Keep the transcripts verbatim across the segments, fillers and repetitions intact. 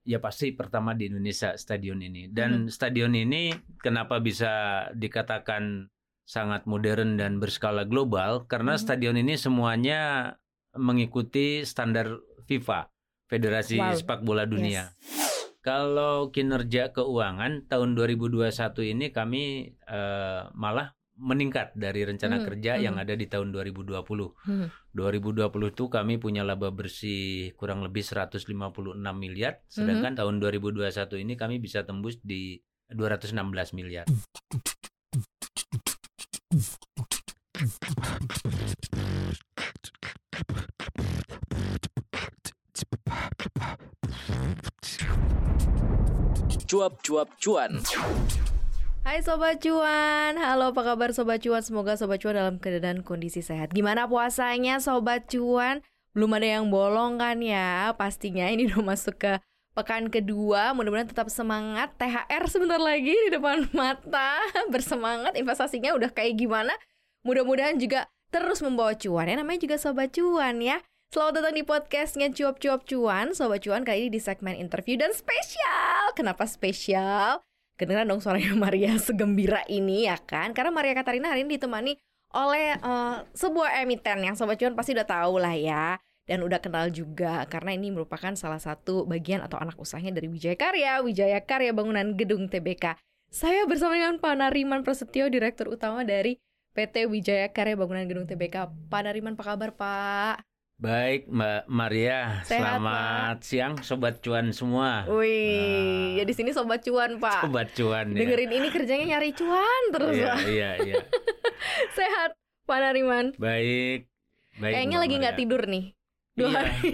Ya pasti pertama di Indonesia stadion ini. Dan hmm. stadion ini kenapa bisa dikatakan sangat modern dan berskala global? Karena hmm. stadion ini semuanya mengikuti standar FIFA, Federasi wow. Sepak Bola Dunia. Yes. Kalau kinerja keuangan tahun dua ribu dua puluh satu ini kami uh, malah meningkat dari rencana hmm, kerja hmm. yang ada di tahun dua ribu dua puluh. Hmm. dua ribu dua puluh itu kami punya laba bersih kurang lebih seratus lima puluh enam miliar, sedangkan hmm. tahun dua ribu dua puluh satu ini kami bisa tembus di dua ratus enam belas miliar. Cuap-cuap cuan. Hai Sobat Cuan, halo apa kabar Sobat Cuan? Semoga Sobat Cuan dalam keadaan kondisi sehat. Gimana puasanya Sobat Cuan? Belum ada yang bolong kan ya? Pastinya ini udah masuk ke pekan kedua. Mudah-mudahan tetap semangat. T H R sebentar lagi di depan mata. Bersemangat, investasinya udah kayak gimana? Mudah-mudahan juga terus membawa cuan ya. Namanya juga Sobat Cuan ya. Selamat datang di podcastnya Cuap-Cuap Cuan. Sobat Cuan kali ini di segmen interview dan spesial. Kenapa spesial? Kedengeran dong suaranya Maria segembira ini ya kan? Karena Maria Katarina hari ini ditemani oleh uh, sebuah emiten yang Sobat Cuan pasti udah tahu lah ya. Dan udah kenal juga karena ini merupakan salah satu bagian atau anak usahanya dari Wijaya Karya, Wijaya Karya Bangunan Gedung T B K. Saya bersama dengan Pak Nariman Prasetyo, Direktur Utama dari P T Wijaya Karya Bangunan Gedung T B K. Pak Nariman, apa kabar Pak? Baik Mbak Maria, sehat, selamat Pak. Siang Sobat Cuan semua. Wih, nah. Ya di sini Sobat Cuan Pak. Sobat Cuan. Dengerin ya. Ini kerjanya nyari cuan terus iya, Pak. Iya iya. Sehat Pak Nariman. Baik. Baik. Kayaknya lagi nggak tidur nih. Dua iya. hari.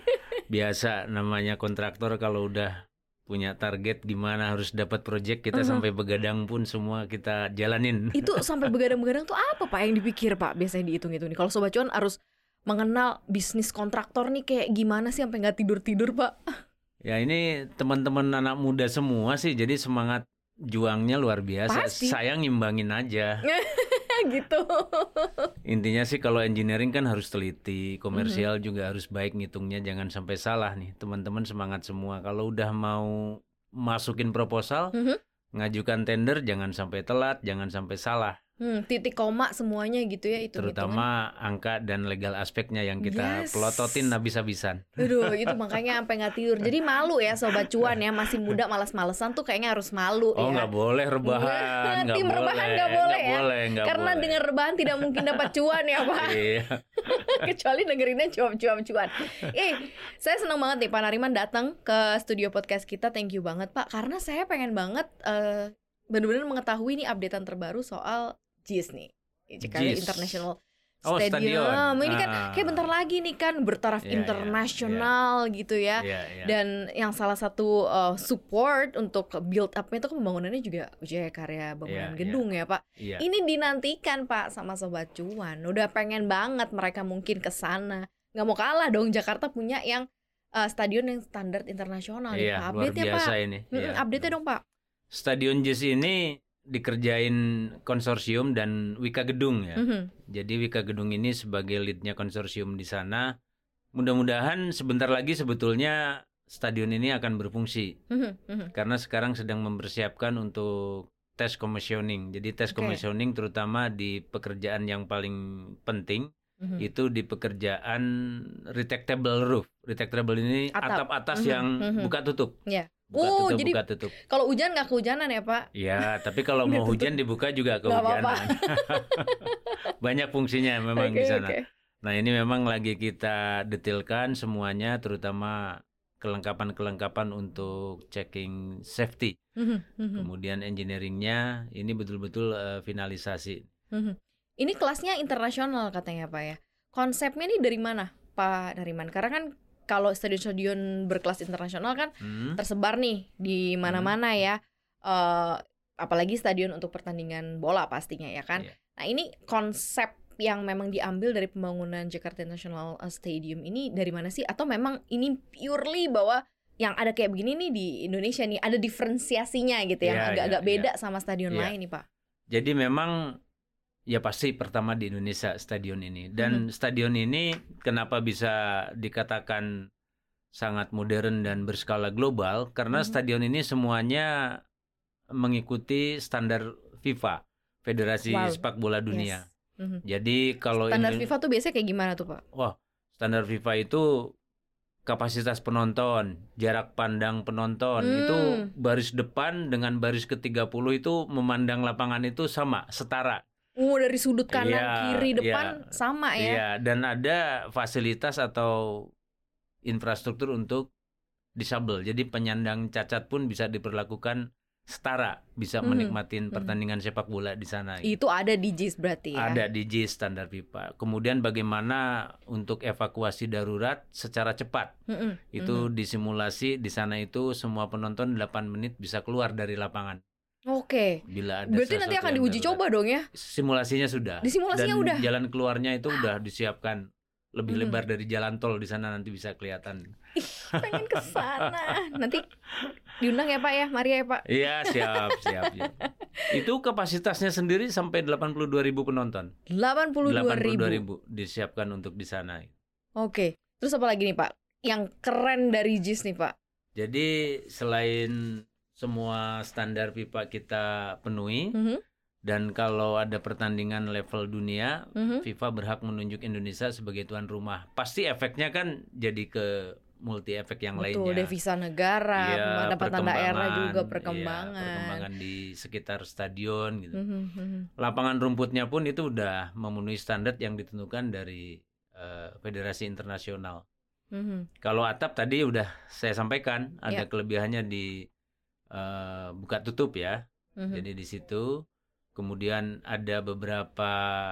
Biasa namanya kontraktor kalau udah punya target gimana harus dapat proyek kita uh-huh. sampai begadang pun semua kita jalanin. Itu sampai begadang-begadang tuh apa Pak yang dipikir Pak? Biasanya dihitung-hitung nih. Kalau Sobat Cuan harus mengenal bisnis kontraktor nih kayak gimana sih sampai nggak tidur-tidur Pak? Ya ini teman-teman anak muda semua sih, jadi semangat juangnya luar biasa. Pasti. Saya ngimbangin aja. Gitu. Intinya sih kalau engineering kan harus teliti, komersial mm-hmm. juga harus baik ngitungnya, jangan sampai salah nih. Teman-teman semangat semua. Kalau udah mau masukin proposal, mm-hmm. ngajukan tender jangan sampai telat, jangan sampai salah. Hmm, titik koma semuanya gitu ya itu. Terutama angka dan legal aspeknya yang kita yes. pelototin habis-habisan. Aduh, itu makanya sampai nggak tidur. Jadi malu ya Sobat Cuan ya, masih muda malas-malesan tuh kayaknya harus malu oh, ya. Oh nggak boleh rebahan, nggak Tim boleh. rebahan nggak boleh gak ya. Boleh, gak Karena boleh. dengan rebahan tidak mungkin dapat cuan ya Pak. Iya. Kecuali dengerinnya cuap-cuap cuan. Eh, saya senang banget nih Pak Nariman datang ke studio podcast kita. Thank you banget Pak. Karena saya pengen banget uh, benar-benar mengetahui nih updatean terbaru soal J I S nih. Jakarta International oh, Stadium. Stadion. Ini kan ah. kayak bentar lagi nih kan bertaraf yeah, internasional yeah, yeah. gitu ya. Yeah, yeah. Dan yang salah satu uh, support untuk build up-nya itu pembangunannya juga Wijaya Karya Bangunan yeah, Gedung yeah. ya Pak. Yeah. Ini dinantikan Pak sama Sobat Cuan. Udah pengen banget mereka mungkin ke sana. Nggak mau kalah dong Jakarta punya yang uh, stadion yang standar internasional. Yeah, Pak. Update ya Pak. Ini. Hmm, yeah. Update-nya dong Pak. Stadion J I S ini dikerjain konsorsium dan Wika Gedung ya. Mm-hmm. Jadi Wika Gedung ini sebagai leadnya konsorsium di sana. Mudah-mudahan sebentar lagi sebetulnya stadion ini akan berfungsi. Mm-hmm. Karena sekarang sedang mempersiapkan untuk tes commissioning. Jadi tes okay. commissioning terutama di pekerjaan yang paling penting. Mm-hmm. Itu di pekerjaan retractable roof. Retractable ini atap, atap atas mm-hmm. yang mm-hmm. buka tutup. Yeah. Buka oh, tutup, jadi buka tutup. Kalau hujan nggak kehujanan ya Pak? Ya, tapi kalau mau hujan dibuka juga kehujanan. Banyak fungsinya memang okay, di sana. Okay. Nah ini memang lagi kita detailkan semuanya, terutama kelengkapan-kelengkapan untuk checking safety. Mm-hmm. Kemudian engineeringnya ini betul-betul uh, finalisasi. Mm-hmm. Ini kelasnya internasional katanya Pak ya. Konsepnya nih dari mana Pak Nariman? Karena kan kalau stadion-stadion berkelas internasional kan hmm. tersebar nih di mana-mana hmm. ya, uh, apalagi stadion untuk pertandingan bola pastinya ya kan. Yeah. Nah ini konsep yang memang diambil dari pembangunan Jakarta International Stadium ini dari mana sih? Atau memang ini purely bahwa yang ada kayak begini nih di Indonesia nih ada diferensiasinya gitu ya, yeah, yang agak-agak yeah, beda yeah. sama stadion yeah. lain nih Pak. Jadi memang ya pasti pertama di Indonesia stadion ini. Dan hmm. stadion ini kenapa bisa dikatakan sangat modern dan berskala global karena Mhm. stadion ini semuanya mengikuti standar FIFA, Federasi Wow. Sepak Bola Dunia. Yes. Mhm. Jadi kalau Standar Indo- FIFA tuh biasanya kayak gimana tuh Pak? Wah, standar FIFA itu kapasitas penonton, jarak pandang penonton, Hmm. itu baris depan dengan baris ke tiga puluh itu memandang lapangan itu sama, setara. Oh, dari sudut kanan, Iya, kiri, iya. depan sama ya? Iya, dan ada fasilitas atau infrastruktur untuk disabel. Jadi penyandang cacat pun bisa diperlakukan setara, bisa Mhm, menikmatin mhm. pertandingan sepak bola di sana. Itu ada di J I S berarti ya? Ada di J I S standar FIFA. Kemudian bagaimana untuk evakuasi darurat secara cepat. Mhm, Itu mhm. disimulasi di sana itu semua penonton delapan menit bisa keluar dari lapangan. Oke. Bila ada Berarti nanti sesuatu akan yang diuji darurat. coba dong ya? Simulasinya sudah. Di simulasinya Dan udah? jalan keluarnya itu udah disiapkan lebih Mhm. lebar dari jalan tol di sana, nanti bisa kelihatan. Pengen ke sana. Nanti diundang ya Pak ya, Maria ya Pak. Iya, siap, siap, siap. Itu kapasitasnya sendiri sampai delapan puluh dua ribu penonton. delapan puluh dua delapan puluh dua ribu. ribu disiapkan untuk di sana. Oke. Terus apa lagi nih Pak? Yang keren dari J I S nih Pak? Jadi selain semua standar FIFA kita penuhi, Mhm, dan kalau ada pertandingan level dunia, mhm. FIFA berhak menunjuk Indonesia sebagai tuan rumah. Pasti efeknya kan jadi ke multi efek yang Betul, lainnya. devisa negara, Iya, pendapatan daerah perkembangan, juga iya, perkembangan. perkembangan di sekitar stadion gitu. Mhm, mhm. Lapangan rumputnya pun itu udah memenuhi standar yang ditentukan dari eh, Federasi Internasional. Mhm. Kalau atap tadi udah saya sampaikan, ada Ya. kelebihannya di eh, buka tutup ya. Mhm. Jadi di situ kemudian ada beberapa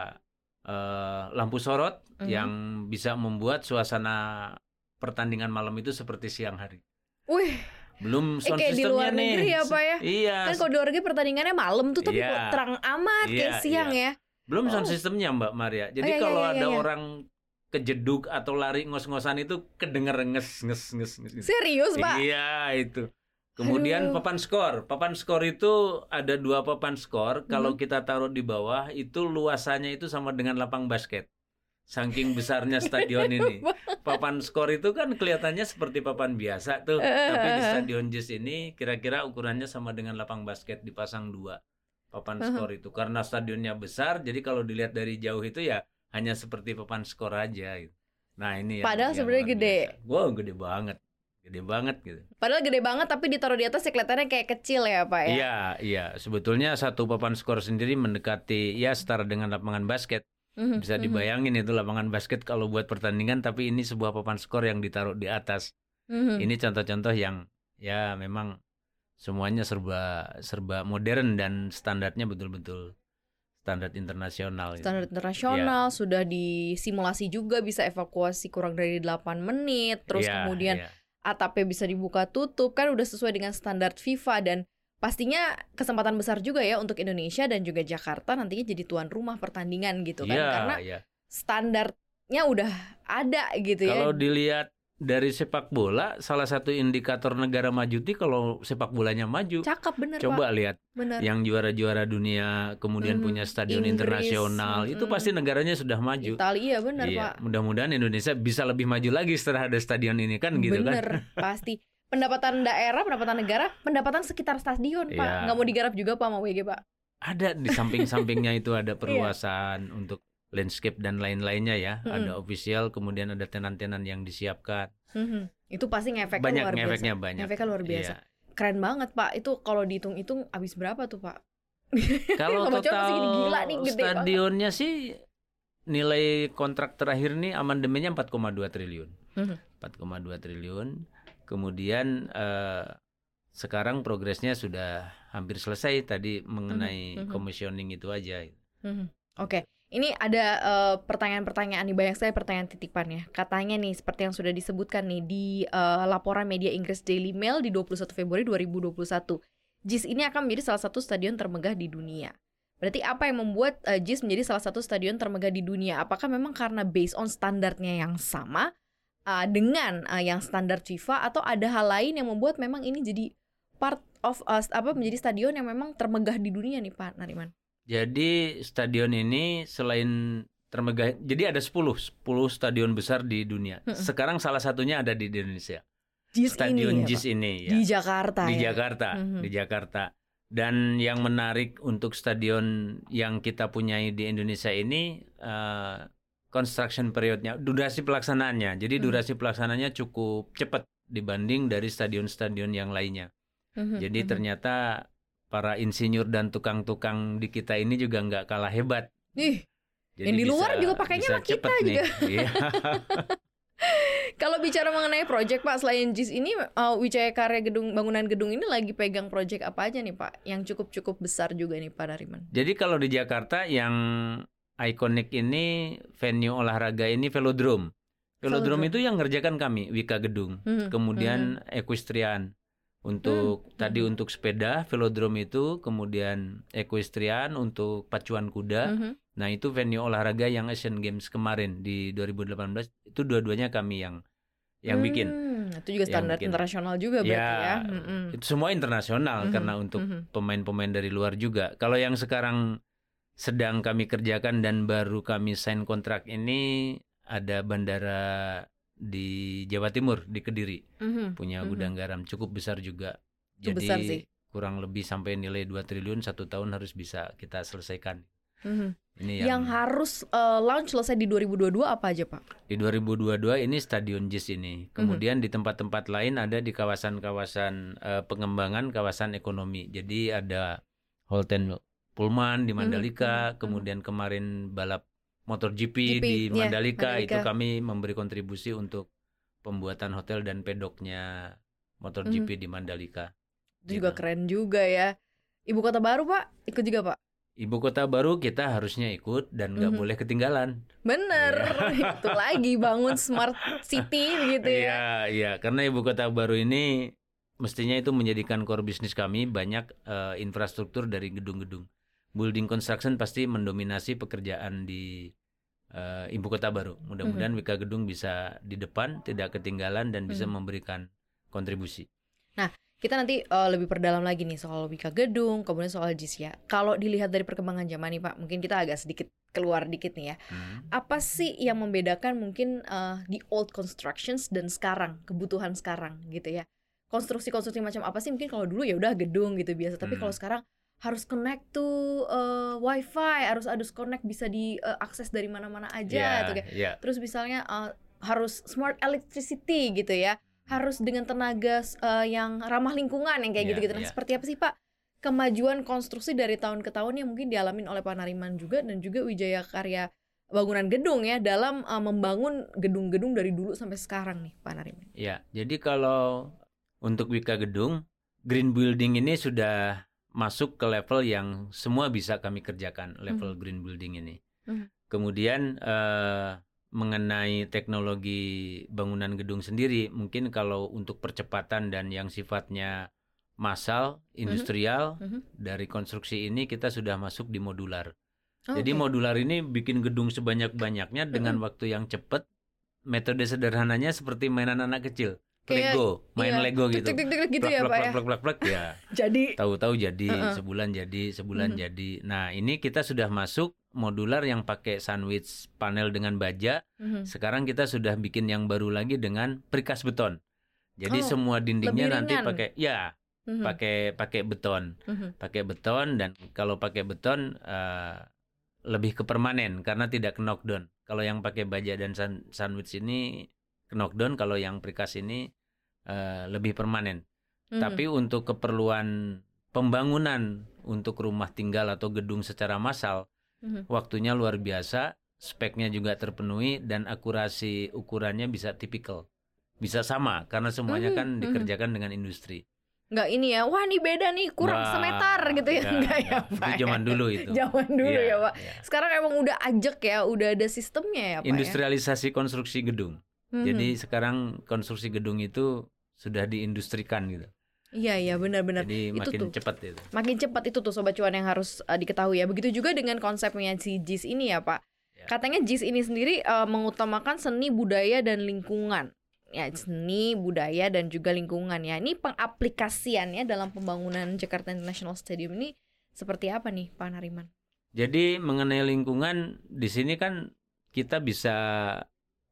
eh, lampu sorot Mhm. yang bisa membuat suasana pertandingan malam itu seperti siang hari. Wih, Belum eh, sound kayak di systemnya luar nih. negeri ya Pak ya? Iya. Kan kalau di luar negeri pertandingannya malam tuh, tapi Iya. kok terang amat kayak Iya, siang ya. Belum sound Oh. systemnya Mbak Maria. Jadi Oh, iya, kalau iya, iya, ada iya. orang kejeduk atau lari ngos-ngosan itu kedenger nges nges nges nges. nges. Serius Pak? Iya itu. Kemudian Aduh. papan skor. Papan skor itu ada dua papan skor. Kalau Mhm. kita taruh di bawah itu luasannya itu sama dengan lapang basket. Saking besarnya stadion ini. Papan skor itu kan kelihatannya seperti papan biasa tuh. Tapi di stadion J I S ini kira-kira ukurannya sama dengan lapang basket dipasang dua papan Uh-huh. skor itu. Karena stadionnya besar, jadi kalau dilihat dari jauh itu ya hanya seperti papan skor aja gitu. Nah ini yang- Padahal yang sebenarnya luar gede. biasa. Wow, gede banget. Gede banget gitu. Padahal gede banget tapi ditaruh di atas ya kelihatannya kayak kecil ya Pak ya. Iya, iya. Sebetulnya satu papan skor sendiri mendekati ya setara dengan lapangan basket. Mhm, Bisa mhm. dibayangin itu lapangan basket kalau buat pertandingan, tapi ini sebuah papan skor yang ditaruh di atas. Mhm. Ini contoh-contoh yang ya memang semuanya serba serba modern dan standarnya betul-betul standar internasional. gitu. Standar internasional, sudah disimulasi juga bisa evakuasi kurang dari delapan menit, terus Iya, kemudian iya. atapnya bisa dibuka tutup, kan udah sesuai dengan standar FIFA, dan pastinya kesempatan besar juga ya untuk Indonesia dan juga Jakarta nantinya jadi tuan rumah pertandingan gitu kan, Iya, karena iya. standarnya udah ada gitu ya. Kalau dilihat dari sepak bola, salah satu indikator negara maju itu kalau sepak bolanya maju. Cakep bener Coba Pak, lihat bener. yang juara-juara dunia kemudian Mhm. punya stadion Inggris, internasional, itu mhm. pasti negaranya sudah maju. Italia bener Iya, Pak. mudah-mudahan Indonesia bisa lebih maju lagi setelah ada stadion ini kan gitu kan. Bener, pasti. Pendapatan daerah, pendapatan negara, pendapatan sekitar stadion Pak. Iya. Nggak mau digarap juga Pak sama W G Pak. Ada di samping-sampingnya itu ada perluasan untuk landscape dan lain-lainnya ya. Mhm. Ada official, kemudian ada tenan-tenan yang disiapkan. Mhm. Itu pasti ngefeknya Banyak luar biasa. ngefeknya banyak. Ngefeknya luar biasa. Iya. Keren banget Pak. Itu kalau dihitung-hitung habis berapa tuh Pak? Kalau Sobat Cuan total pasti gini, gila nih, gede stadionnya sih nilai kontrak terakhir nih amandemennya empat koma dua triliun. Mhm. empat koma dua triliun. Kemudian eh, sekarang progresnya sudah hampir selesai tadi mengenai Mhm, mhm. commissioning itu aja. Mhm. Oke, ini ada eh, pertanyaan-pertanyaan nih, banyak sekali pertanyaan titipan ya. Katanya nih seperti yang sudah disebutkan nih di eh, laporan media Inggris Daily Mail di dua puluh satu Februari dua ribu dua puluh satu. J I S ini akan menjadi salah satu stadion termegah di dunia. Berarti apa yang membuat eh, J I S menjadi salah satu stadion termegah di dunia? Apakah memang karena based on standarnya yang sama eh, dengan eh, yang standar FIFA, atau ada hal lain yang membuat memang ini jadi part of eh, apa menjadi stadion yang memang termegah di dunia nih Pak Nariman? Jadi stadion ini selain termegah, jadi ada sepuluh, sepuluh stadion besar di dunia. Mm-mm. Sekarang salah satunya ada di Indonesia. JIS Stadion ini, ya, JIS Pak? ini ya. Di Jakarta Di ya? Jakarta, Mhm. di Jakarta. Dan yang menarik untuk stadion yang kita punyai di Indonesia ini uh, construction periodnya, durasi pelaksanaannya. Jadi Mhm. durasi pelaksanaannya cukup cepat dibanding dari stadion-stadion yang lainnya. Mhm, Jadi mhm. ternyata para insinyur dan tukang-tukang di kita ini juga nggak kalah hebat. Ih, Jadi yang di luar bisa- juga pakainya bisa sama kita cepet nih. juga. Iya. Kalau bicara mengenai proyek Pak, selain JIS ini, uh, Wijaya Karya Gedung Bangunan Gedung ini lagi pegang proyek apa aja nih Pak? Yang cukup-cukup besar juga nih Pak Nariman. Jadi kalau di Jakarta yang ikonik ini venue olahraga ini velodrome. Velodrome Velodrome. itu yang ngerjakan kami, Wika Gedung. Mhm, Kemudian equestrian. Untuk Hmm, tadi mhm. untuk sepeda, velodrome itu, kemudian equestrian untuk pacuan kuda. Mhm. Nah, itu venue olahraga yang Asian Games kemarin di dua ribu delapan belas itu dua-duanya kami yang yang bikin. Hmm, itu juga Yang standar bikin. internasional juga berarti ya. Ya, Mhm. itu semua internasional Mhm, karena untuk mhm. pemain-pemain dari luar juga. Kalau yang sekarang sedang kami kerjakan dan baru kami sign kontrak ini ada bandara di Jawa Timur, di Kediri, Mhm, punya mhm. gudang garam cukup besar juga. Cukup Jadi besar sih. kurang lebih sampai nilai dua triliun satu tahun harus bisa kita selesaikan. Mhm. Ini Yang yang, harus uh, launch selesai di dua ribu dua puluh dua apa aja Pak? di dua ribu dua puluh dua ini Stadion JIS ini. Kemudian di tempat-tempat lain ada di kawasan-kawasan eh, pengembangan kawasan ekonomi. Jadi ada Holten Pullman di Mandalika, mhm, mhm. kemudian kemarin balap MotoGP G P, di ya, Mandalika, Mandalika. itu kami memberi kontribusi untuk pembuatan hotel dan pedoknya MotoGP di Mandalika. Itu juga Gitu. keren juga ya. Ibu kota baru Pak, ikut juga Pak? Ibu kota baru kita harusnya ikut dan nggak Mhm. boleh ketinggalan. Bener, itu lagi bangun smart city gitu ya. Iya, iya, karena ibu kota baru ini mestinya itu menjadikan core bisnis kami banyak eh, infrastruktur dari gedung-gedung. Building construction pasti mendominasi pekerjaan di eh, ibu kota baru. Mudah-mudahan Wika Gedung bisa di depan, tidak ketinggalan dan bisa Mhm. memberikan kontribusi. Kita nanti uh, lebih perdalam lagi nih soal Wika Gedung, kemudian soal JIS ya. Kalau dilihat dari perkembangan zaman nih Pak, mungkin kita agak sedikit keluar dikit nih ya. Hmm. Apa sih yang membedakan mungkin uh, di old constructions dan sekarang, kebutuhan sekarang gitu ya? Konstruksi-konstruksi macam apa sih? Mungkin kalau dulu ya udah gedung gitu biasa, tapi Hmm. kalau sekarang harus connect to uh, wifi, harus harus connect bisa diakses dari mana-mana aja Ya, gitu kan. ya. Terus misalnya uh, harus smart electricity gitu ya, harus dengan tenaga uh, yang ramah lingkungan yang kayak Ya, gitu-gitu. Nah, ya. seperti apa sih Pak kemajuan konstruksi dari tahun ke tahun yang mungkin dialamin oleh Pak Nariman juga dan juga Wijaya Karya Bangunan Gedung ya dalam uh, membangun gedung-gedung dari dulu sampai sekarang nih Pak Nariman? Ya, jadi kalau untuk Wika Gedung, green building ini sudah masuk ke level yang semua bisa kami kerjakan, level Mhm. green building ini. Mhm. Kemudian eh, mengenai teknologi bangunan gedung sendiri, mungkin kalau untuk percepatan dan yang sifatnya massal, industrial, Mhm. dari konstruksi ini kita sudah masuk di modular. Oke. Jadi modular ini bikin gedung sebanyak-banyaknya dengan waktu yang cepat. Metode sederhananya seperti mainan anak kecil. Kayak, Lego, main iya, Lego tuk, gitu. tuk, tuk, tuk, gitu ya, Plak, Pak plak, ya. plak, plak, plak, ya. Jadi Tahu-tahu jadi, Uh-uh. sebulan jadi, sebulan Mhm. jadi. Nah, ini kita sudah masuk modular yang pakai sandwich panel dengan baja. Mhm. Sekarang kita sudah bikin yang baru lagi dengan precast beton. Jadi Oh, semua dindingnya lebih nanti ringan. pakai ya, Mhm. pakai pakai beton. Mhm. Pakai beton, dan kalau pakai beton eh, lebih ke permanen karena tidak ke knockdown. Kalau yang pakai baja dan san- sandwich ini ke knockdown, kalau yang precast ini eh, lebih permanen. Mhm. Tapi untuk keperluan pembangunan untuk rumah tinggal atau gedung secara massal, Mhm. waktunya luar biasa, speknya juga terpenuhi dan akurasi ukurannya bisa tipikal. Bisa sama karena semuanya Mhm, kan mhm. dikerjakan dengan industri. Nggak ini ya, wah ini beda nih, kurang Wah, semeter gitu ya. Enggak ya enggak. Pak Itu ya? zaman dulu itu. Zaman dulu Iya, ya Pak. iya. Sekarang emang udah ajak ya, udah ada sistemnya ya Pak Industrialisasi konstruksi gedung. ya. Mhm. Jadi sekarang konstruksi gedung itu sudah diindustrikan gitu. Iya iya benar-benar. Jadi Itu makin tuh. cepat itu. Makin cepat itu tuh Sobat Cuan yang harus uh, diketahui ya. Begitu juga dengan konsepnya si JIS ini ya Pak. Ya. Katanya JIS ini sendiri uh, mengutamakan seni, budaya, dan lingkungan. Ya, seni, budaya, dan juga lingkungan ya. Ini pengaplikasiannya dalam pembangunan Jakarta International Stadium ini seperti apa nih Pak Nariman? Jadi mengenai lingkungan di sini kan kita bisa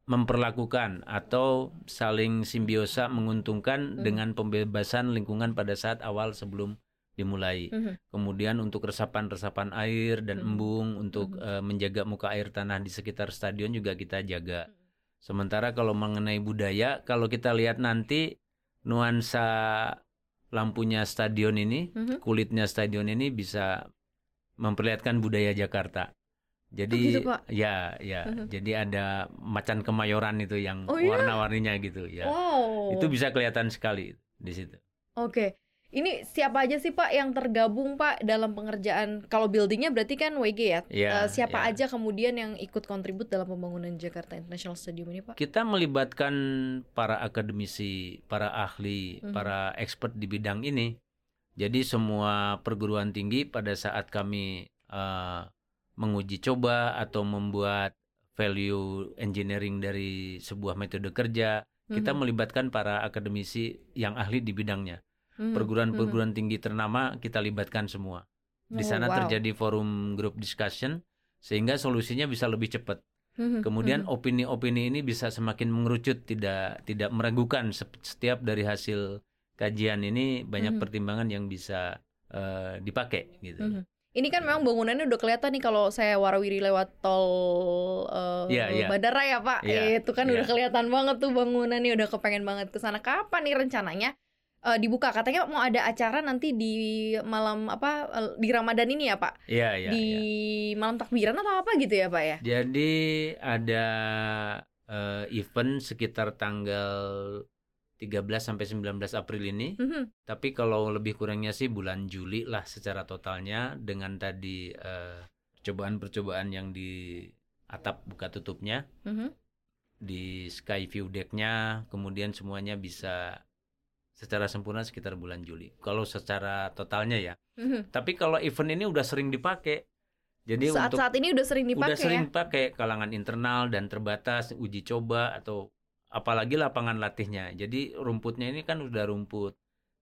memperlakukan atau saling simbiosa menguntungkan Hmm. dengan pembebasan lingkungan pada saat awal sebelum dimulai. Mhm. Kemudian untuk resapan-resapan air dan Mhm. embung untuk Mhm. eh, menjaga muka air tanah di sekitar stadion juga kita jaga. Mhm. Sementara kalau mengenai budaya, kalau kita lihat nanti nuansa lampunya stadion ini, Mhm. kulitnya stadion ini bisa memperlihatkan budaya Jakarta. Jadi Oh gitu, Pak? ya, ya. Mhm. Jadi ada macan kemayoran itu yang Oh, iya? warna-warninya gitu ya. Wow. Itu bisa kelihatan sekali di situ. Oke. Ini siapa aja sih Pak yang tergabung Pak dalam pengerjaan, kalau buildingnya berarti kan W G ya? Iya, Eh, siapa iya. aja kemudian yang ikut kontribut dalam pembangunan Jakarta International Stadium ini Pak? Kita melibatkan para akademisi, para ahli, Mhm. para expert di bidang ini. Jadi semua perguruan tinggi pada saat kami eh, menguji coba atau membuat value engineering dari sebuah metode kerja, kita Mhm. melibatkan para akademisi yang ahli di bidangnya. Mhm. Perguruan-perguruan tinggi ternama kita libatkan semua. Di Oh, sana wow. terjadi forum group discussion sehingga solusinya bisa lebih cepat. Mhm. Kemudian Mhm. opini-opini ini bisa semakin mengerucut, tidak tidak meragukan sep- setiap dari hasil kajian ini banyak Mhm. pertimbangan yang bisa eh, dipakai gitu. Mhm. Ini kan memang bangunannya udah kelihatan nih kalau saya warawiri lewat tol eh, Iya, iya. bandara ya Pak. Iya, Itu kan iya. udah kelihatan banget tuh bangunannya, udah kepengen banget ke sana. Kapan nih rencananya eh, dibuka? Katanya mau ada acara nanti di malam apa eh, di Ramadan ini ya Pak? Iya, iya, Di iya. malam takbiran atau apa gitu ya Pak ya? Jadi ada eh, event sekitar tanggal tiga belas sampai sembilan belas April ini. Mhm. Tapi kalau lebih kurangnya sih bulan Juli lah secara totalnya dengan tadi eh, percobaan-percobaan yang di atap buka tutupnya, Mhm. di sky view deck-nya, kemudian semuanya bisa secara sempurna sekitar bulan Juli. Kalau secara totalnya ya. Mhm. Tapi kalau event ini udah sering dipakai. Jadi untuk Saat-saat ini udah sering dipakai udah sering ya? pakai kalangan internal dan terbatas, uji coba atau apalagi lapangan latihnya. Jadi rumputnya ini kan udah rumput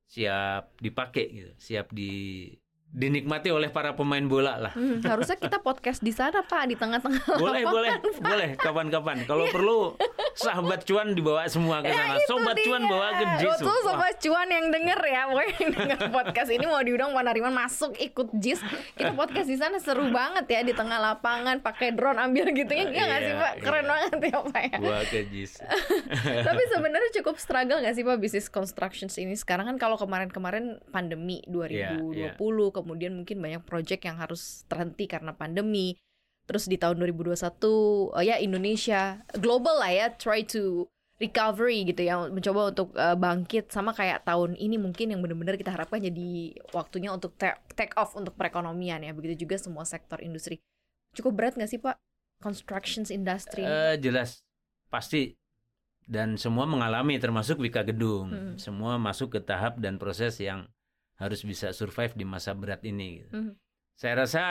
siap dipakai gitu, siap di dinikmati oleh para pemain bola lah. Hmm, harusnya kita podcast di sana Pak, di tengah-tengah Boleh, lapangan, boleh, Pak. boleh kapan-kapan. Kalau perlu sahabat cuan dibawa semua ke sana. Itu Sobat dia. cuan bawa ke Oh, Jis. tuh sobat cuan yang denger ya, pokoknya yang denger podcast ini mau diundang Pak Nariman masuk ikut Jis. Kita podcast di sana seru banget ya, di tengah lapangan pakai drone ambil gitu ya, iya nggak sih Iya, Pak? Keren iya. banget ya Pak ya. Bawa ke Jis. Tapi sebenarnya cukup struggle nggak sih Pak bisnis constructions ini? Sekarang kan kalau kemarin-kemarin pandemi dua ribu dua puluh, Iya, kemudian mungkin banyak project yang harus terhenti karena pandemi. Terus di tahun dua ribu dua puluh satu, oh ya Indonesia global lah ya, try to recovery gitu ya, mencoba untuk uh, bangkit, sama kayak tahun ini mungkin yang benar-benar kita harapkan jadi waktunya untuk ta- take off untuk perekonomian ya. Begitu juga semua sektor industri. Cukup berat nggak sih Pak constructions industry? Eh, jelas pasti, dan semua mengalami termasuk Wika Gedung. Hmm. Semua masuk ke tahap dan proses yang harus bisa survive di masa berat ini gitu. Hmm. Saya rasa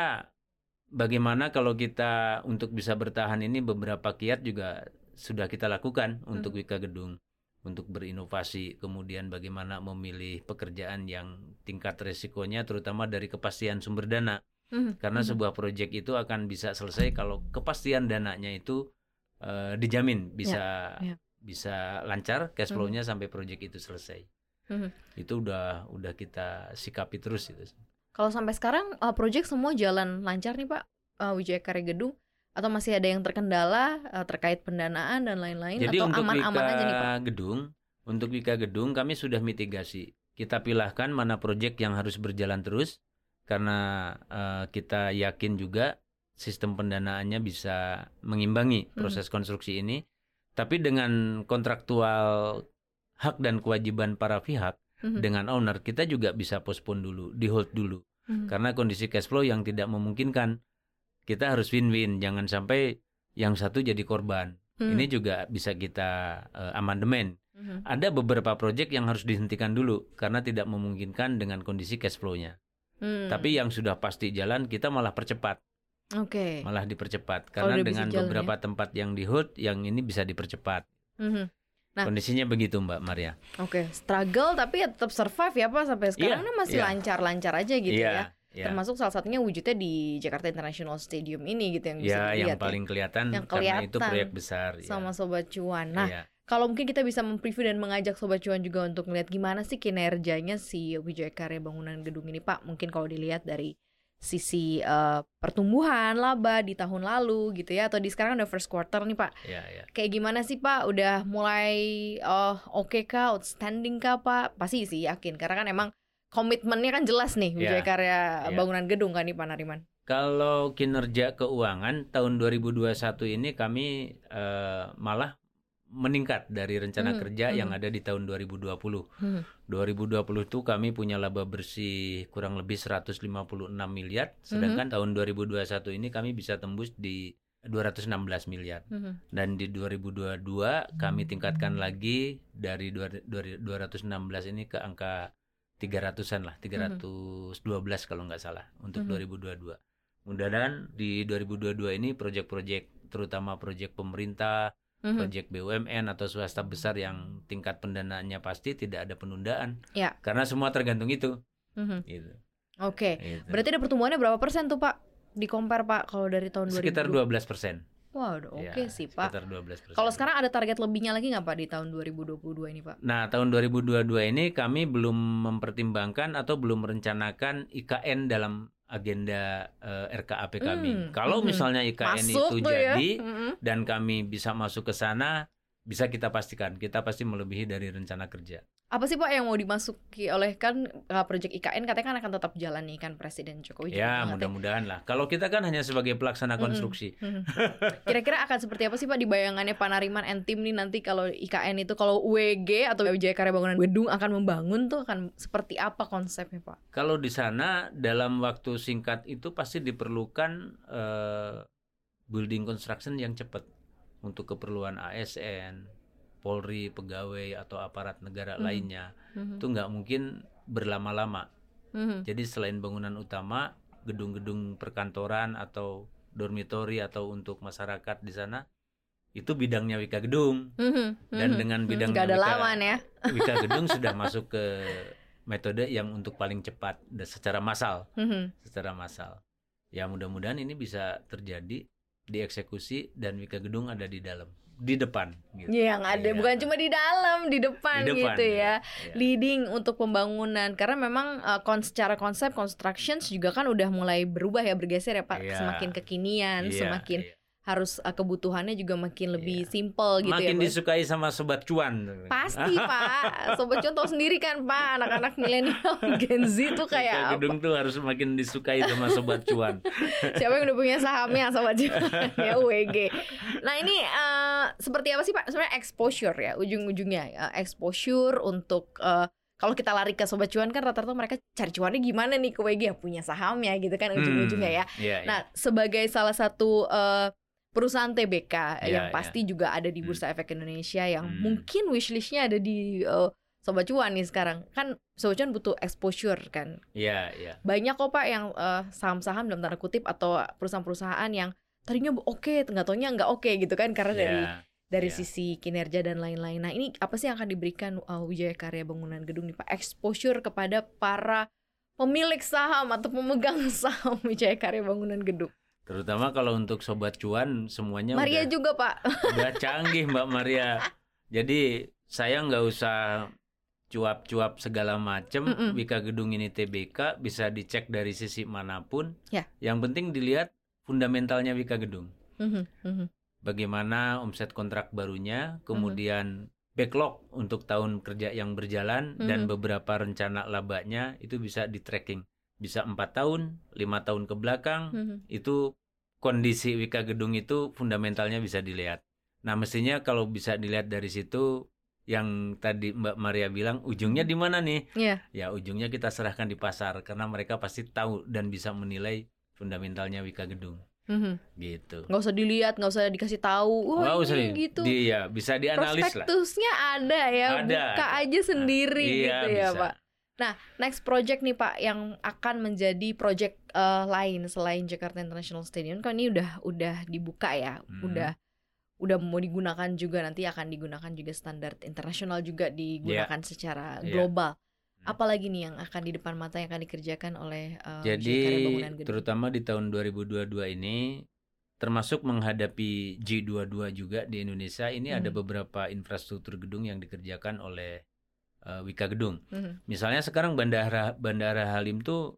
bagaimana kalau kita untuk bisa bertahan ini, beberapa kiat juga sudah kita lakukan untuk Wika Gedung, untuk berinovasi, kemudian bagaimana memilih pekerjaan yang tingkat resikonya terutama dari kepastian sumber dana. Hmm. Karena Hmm. sebuah proyek itu akan bisa selesai kalau kepastian dananya itu eh, dijamin bisa ya. bisa lancar cash flow-nya sampai proyek itu selesai. Hmm. Itu udah udah kita sikapi terus itu. Kalau sampai sekarang uh, project semua jalan lancar nih Pak, uh, Wijaya Karya Gedung, atau masih ada yang terkendala uh, terkait pendanaan dan lain-lain? Jadi atau untuk aman-aman Wika aja nih Pak? Gedung, untuk Wika Gedung kami sudah mitigasi. Kita pilahkan mana proyek yang harus berjalan terus karena uh, kita yakin juga sistem pendanaannya bisa mengimbangi proses hmm. konstruksi ini. Tapi dengan kontraktual hak dan kewajiban para pihak hmm. dengan owner, kita juga bisa postpone dulu, di hold dulu. Hmm. Karena kondisi cash flow yang tidak memungkinkan, kita harus win-win, jangan sampai yang satu jadi korban. Hmm. Ini juga bisa kita uh, amandemen. Hmm. Ada beberapa proyek yang harus dihentikan dulu karena tidak memungkinkan dengan kondisi cash flow-nya. Hmm. Tapi yang sudah pasti jalan, kita malah percepat. Oke. Okay. Malah dipercepat karena dengan beberapa ya? tempat yang di hold, yang ini bisa dipercepat. Hmm. Nah, kondisinya begitu Mbak Maria. Oke, okay. Struggle tapi ya tetap survive ya Pak sampai sekarang. Iya, nah masih iya. lancar-lancar aja gitu iya. ya. Ya. Termasuk salah satunya wujudnya di Jakarta International Stadium ini gitu yang bisa Ya, dilihat yang paling kelihatan Yang karena itu kelihatan proyek besar. sama ya. Sobat Cuan. Nah, Ya. kalau mungkin kita bisa mempreview dan mengajak Sobat Cuan juga untuk melihat gimana sih kinerjanya si Wijaya Karya Bangunan Gedung ini, Pak. Mungkin kalau dilihat dari sisi uh, pertumbuhan laba di tahun lalu gitu ya, atau di sekarang udah first quarter nih, Pak. Ya, ya. Kayak gimana sih, Pak? Udah mulai uh, oke okay kah, outstanding kah, Pak? Pasti sih yakin, karena kan emang komitmennya kan jelas nih Wijaya Ya, Karya ya. Bangunan Gedung kan nih, Pak Nariman. Kalau kinerja keuangan tahun dua ribu dua puluh satu ini kami uh, malah meningkat dari rencana Hmm, kerja hmm. yang ada di tahun dua ribu dua puluh. Hmm. dua ribu dua puluh itu kami punya laba bersih kurang lebih seratus lima puluh enam miliar, sedangkan tahun dua ribu dua puluh satu ini kami bisa tembus di dua ratus enam belas miliar. Hmm. Dan di dua ribu dua puluh dua kami tingkatkan lagi dari dua ratus enam belas ini ke angka tiga ratusan lah, tiga ratus dua belas kalau nggak salah untuk Mhm. dua ribu dua puluh dua. Mudah-mudahan di dua ribu dua puluh dua ini proyek-proyek terutama proyek pemerintah, Mhm. proyek B U M N atau swasta besar yang tingkat pendanaannya pasti tidak ada penundaan. Ya. Karena semua tergantung itu. Mhm. Gitu. Oke. Gitu. Berarti ada pertumbuhannya berapa persen tuh, Pak? Di compare, Pak, kalau dari tahun Sekitar dua ribu dua puluh? dua belas persen. Wah, udah oke Ya, sih, Pak. Sekitar dua belas persen. Kalau sekarang ada target lebihnya lagi nggak, Pak, di tahun dua ribu dua puluh dua ini, Pak? Nah, tahun dua ribu dua puluh dua ini kami belum mempertimbangkan atau belum merencanakan I K N dalam agenda uh, R K A P kami. Hmm, Kalau mhm. misalnya I K N Masuk itu tuh ya. jadi Mhm. dan kami bisa masuk ke sana, bisa kita pastikan kita pasti melebihi dari rencana kerja. Apa sih, Pak, yang mau dimasuki oleh kan uh, proyek I K N katanya kan akan tetap jalan nih kan Presiden Jokowi juga Ya, katanya. mudah-mudahan lah. Kalau kita kan hanya sebagai pelaksana Mm-mm. konstruksi. Mhm. Kira-kira akan seperti apa sih, Pak, di bayangannya Pak Nariman and tim nih nanti kalau I K N itu, kalau W G atau Wijaya Karya Bangunan Gedung akan membangun tuh akan seperti apa konsepnya, Pak? Kalau di sana dalam waktu singkat itu pasti diperlukan eh, building construction yang cepat untuk keperluan A S N, Polri, pegawai atau aparat negara Mhm. lainnya. Mhm. Itu nggak mungkin berlama-lama. Mhm. Jadi selain bangunan utama, gedung-gedung perkantoran atau dormitori atau untuk masyarakat di sana, itu bidangnya Wika Gedung. Mhm. Dan Mhm. dengan Mhm. bidang Nggak ada Wika- lawan ya. Wika Gedung sudah masuk ke metode yang untuk paling cepat dan secara massal, Mhm. secara massal. Ya mudah-mudahan ini bisa terjadi, dieksekusi dan Wika Gedung ada di dalam, di depan. Gitu. Yang ada Iya. bukan cuma di dalam, di depan, Di depan, gitu ya. ya. Leading untuk pembangunan karena memang uh, kon- secara konsep constructions juga kan udah mulai berubah ya, bergeser ya, Pak. Iya. Semakin kekinian, Iya, semakin iya. harus uh, kebutuhannya juga makin lebih Iya. simple gitu Makin ya, Pak. disukai sama sobat cuan. Pasti, Pak. Sobat Cuan tahu sendiri kan, Pak, anak-anak milenial Gen Z tuh Wika kayak apa? Gedung tuh harus makin disukai sama sobat cuan. Siapa yang udah punya sahamnya, Sobat Cuan ya, W G. Nah, ini uh, seperti apa sih, Pak? Sebenarnya exposure ya, ujung-ujungnya uh, exposure untuk uh, kalau kita lari ke Sobat Cuan kan rata-rata mereka cari cuannya gimana nih ke W G, ya punya sahamnya gitu kan ujung-ujungnya ya. Hmm, iya, iya. Nah, sebagai salah satu uh, perusahaan T B K Iya, yang pasti juga ada di Bursa Hmm. Efek Indonesia yang Hmm. mungkin wishlistnya ada di uh, Sobat Cuan nih sekarang. Kan Sobat Cuan butuh exposure kan. Iya, iya. Banyak kok, Pak, yang uh, saham-saham dalam tanda kutip atau perusahaan-perusahaan yang tadinya oke, nggak taunya nggak oke gitu kan karena dari Iya, dari iya. sisi kinerja dan lain-lain. Nah, ini apa sih yang akan diberikan uh, Wijaya Karya Bangunan Gedung nih, Pak? Exposure kepada para pemilik saham atau pemegang saham Wijaya Karya Bangunan Gedung. Terutama kalau untuk sobat cuan semuanya Maria udah, juga, Pak. udah canggih Mbak Maria. Jadi saya nggak usah cuap-cuap segala macem. Mm-mm. Wika Gedung ini T B K bisa dicek dari sisi manapun. Ya. Yang penting dilihat fundamentalnya Wika Gedung. Mhm, mhm. Bagaimana omset kontrak barunya, kemudian backlog untuk tahun kerja yang berjalan dan Mhm. beberapa rencana labanya itu bisa di tracking. Bisa empat tahun, lima tahun ke belakang, Mhm. itu kondisi Wika Gedung itu fundamentalnya bisa dilihat. Nah, mestinya kalau bisa dilihat dari situ, yang tadi Mbak Maria bilang, ujungnya di mana nih? Iya. Ya, ujungnya kita serahkan di pasar, karena mereka pasti tahu dan bisa menilai fundamentalnya Wika Gedung. Mhm. Gitu. Nggak usah dilihat, nggak usah dikasih tahu. Wah, Wow, ini sering. gitu. Dia bisa dianalis lah. Prospektusnya ada ya, Ada, buka ada. aja sendiri Nah, iya, gitu ya, bisa. Pak. Nah, next project nih, Pak, yang akan menjadi project uh, lain selain Jakarta International Stadium kan ini udah udah dibuka ya, Hmm. udah udah mau digunakan juga, nanti akan digunakan juga standar internasional juga digunakan secara Iya. global. Apalagi nih yang akan di depan mata yang akan dikerjakan oleh uh, Jadi Karya Bangunan Gedung? terutama di tahun dua ribu dua puluh dua ini, termasuk menghadapi G dua puluh dua juga di Indonesia, ini Hmm. ada beberapa infrastruktur gedung yang dikerjakan oleh uh, Wika Gedung. Mhm. Misalnya sekarang Bandara Bandara Halim tuh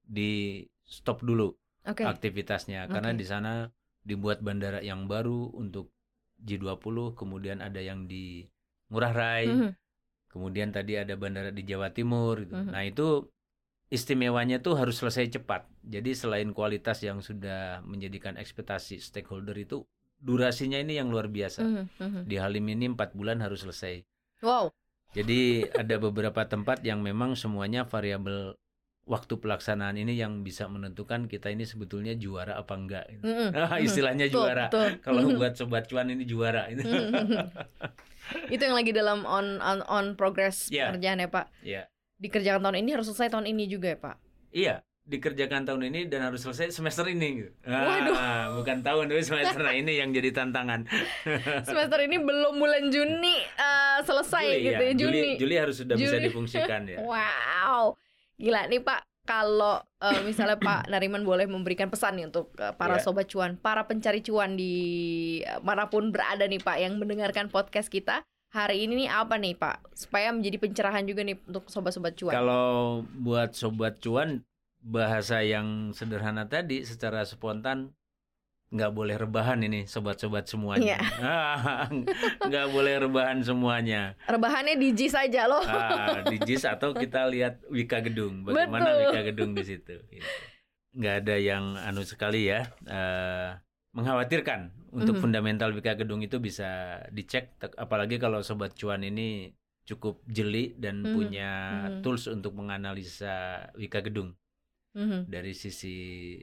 di stop dulu Oke. aktivitasnya karena Oke. di sana dibuat bandara yang baru untuk G dua puluh, kemudian ada yang di Ngurah Rai, Mhm. kemudian tadi ada bandara di Jawa Timur gitu. Mhm. Nah, itu istimewanya tuh harus selesai cepat. Jadi selain kualitas yang sudah menjadikan ekspektasi stakeholder itu, durasinya ini yang luar biasa. Mhm. Mhm. Di Halim ini empat bulan harus selesai. Wow. Jadi ada beberapa tempat yang memang semuanya variabel waktu pelaksanaan ini yang bisa menentukan kita ini sebetulnya juara apa enggak. Gitu. Mhm. Ah, Mhm. istilahnya Betul, juara. betul. Kalau Mhm. buat Sobat Cuan ini juara. Gitu. Mhm. Itu yang lagi dalam on on on progress Iya. pekerjaan ya Pak. Iya. Dikerjakan tahun ini harus selesai tahun ini juga ya Pak. Iya, dikerjakan tahun ini dan harus selesai semester ini. Gitu. Waduh. Ah, bukan tahun tapi semester. Nah, ini yang jadi tantangan. Semester ini belum bulan Juni uh, selesai Juli, gitu ya. ya Juni. Juli, Juli harus sudah bisa Juli. difungsikan ya. Wow. Gila nih Pak. Kalau uh, misalnya Pak Nariman boleh memberikan pesan nih untuk uh, para Iya. sobat cuan, para pencari cuan di uh, manapun berada nih Pak yang mendengarkan podcast kita hari ini nih apa nih Pak supaya menjadi pencerahan juga nih untuk sobat-sobat cuan. Kalau buat Sobat Cuan, bahasa yang sederhana tadi secara spontan, nggak boleh rebahan ini sobat-sobat semuanya. Iya. Ah, nggak boleh rebahan semuanya. Rebahannya di J saja loh. Ah, di J I S atau kita lihat Wika Gedung, bagaimana Betul. Wika Gedung di situ. Gitu. Nggak ada yang anu sekali ya, eh, mengkhawatirkan untuk Mhm. fundamental Wika Gedung itu bisa dicek, te- apalagi kalau Sobat Cuan ini cukup jeli dan Mhm. punya Mhm. tools untuk menganalisa Wika Gedung Mhm. dari sisi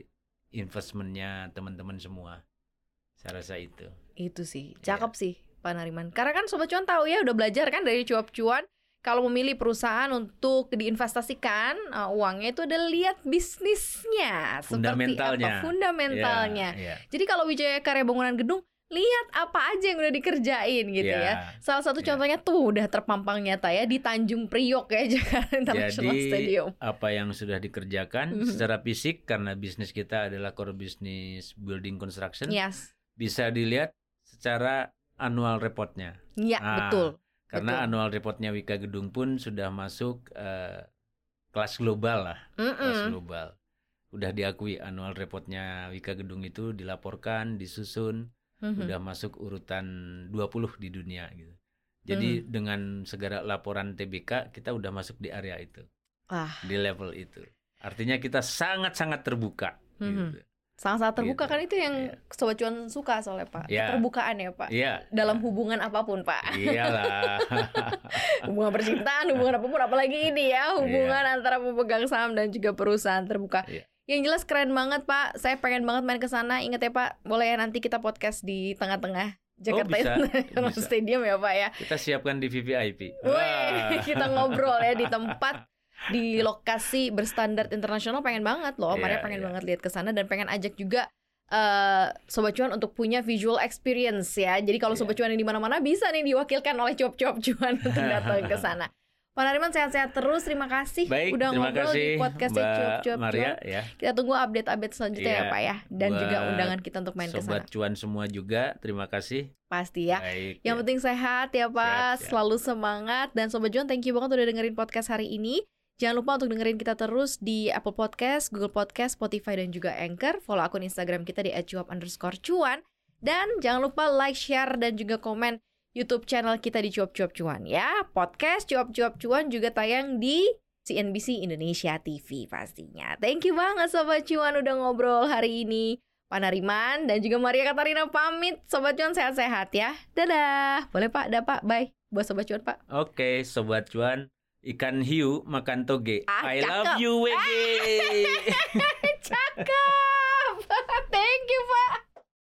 investmentnya teman-teman semua. Saya rasa itu. Itu sih, cakep sih Pak Nariman. Karena kan sobat cuan tahu ya udah belajar kan dari cuap cuan. Kalau memilih perusahaan untuk diinvestasikan uh, uangnya itu adalah lihat bisnisnya seperti Fundamentalnya. apa fundamentalnya. Ya, ya. Jadi kalau Wijaya Karya Bangunan Gedung lihat apa aja yang udah dikerjain gitu Ya. ya. Salah satu Ya. contohnya tuh udah terpampang nyata ya di Tanjung Priok ya Jakarta International Jadi Stadium. apa yang sudah dikerjakan Mhm. secara fisik karena bisnis kita adalah core business building construction, Yes. bisa dilihat secara annual reportnya. Ya, Ah, betul. Karena betul. annual reportnya Wika Gedung pun sudah masuk eh, kelas global lah, kelas Mm-mm. global. Udah diakui annual reportnya Wika Gedung itu dilaporkan, disusun, Mhm. udah masuk urutan dua puluh di dunia gitu. Jadi Mhm. dengan segala laporan T B K kita udah masuk di area itu, Wah, di level itu. Artinya kita sangat-sangat terbuka. Mhm. Gitu. sangat-sangat terbuka Gitu. kan itu yang Iya. sobat cuan suka soalnya Pak. Ya. Keterbukaan ya Pak. Iya. Dalam hubungan apapun Pak. Iyalah. Hubungan percintaan, hubungan apapun, apalagi ini ya hubungan antara pemegang saham dan juga perusahaan terbuka. Iya. Yang jelas keren banget Pak. Saya pengen banget main ke sana. Ingat ya Pak, boleh ya nanti kita podcast di tengah-tengah Jakarta bisa, International bisa. Stadium ya Pak ya. Kita siapkan di V V I P. Weh, kita ngobrol ya di tempat di lokasi berstandar internasional. Pengen banget loh, Maria Iya, pengen iya. banget lihat ke sana dan pengen ajak juga eh sobat cuan untuk punya visual experience ya. Jadi kalau Iya. sobat cuan yang di mana-mana bisa nih diwakilkan oleh cuap-cuap cuan untuk datang ke sana. Pak Nariman sehat-sehat terus. Terima kasih Baik, udah terima ngobrol kasih di podcastnya Mbak cuap-cuap Maria cuan. ya. Kita tunggu update-update selanjutnya Iya, ya Pak ya. Dan juga buat undangan kita untuk main ke sana. Sobat Cuan semua juga, terima kasih. Pasti ya. Baik. Yang ya. penting sehat ya Pak, Sehat, sehat. selalu semangat. Dan Sobat Cuan, thank you banget udah dengerin podcast hari ini. Jangan lupa untuk dengerin kita terus di Apple Podcast, Google Podcast, Spotify, dan juga Anchor. Follow akun Instagram kita di at cuap underscore cuan. Dan jangan lupa like, share, dan juga komen YouTube channel kita di Cuap Cuap Cuan ya. Podcast Cuap Cuap Cuan juga tayang di C N B C Indonesia T V pastinya. Thank you banget Sobat Cuan udah ngobrol hari ini. Pak Nariman dan juga Maria Katarina pamit. Sobat Cuan sehat-sehat ya. Dadah. Boleh Pak, dah Pak. Bye. Buat Sobat Cuan Pak. Oke, Sobat Cuan, ikan hiu makan toge. Ah, I love cakep. you, W G. Cakep.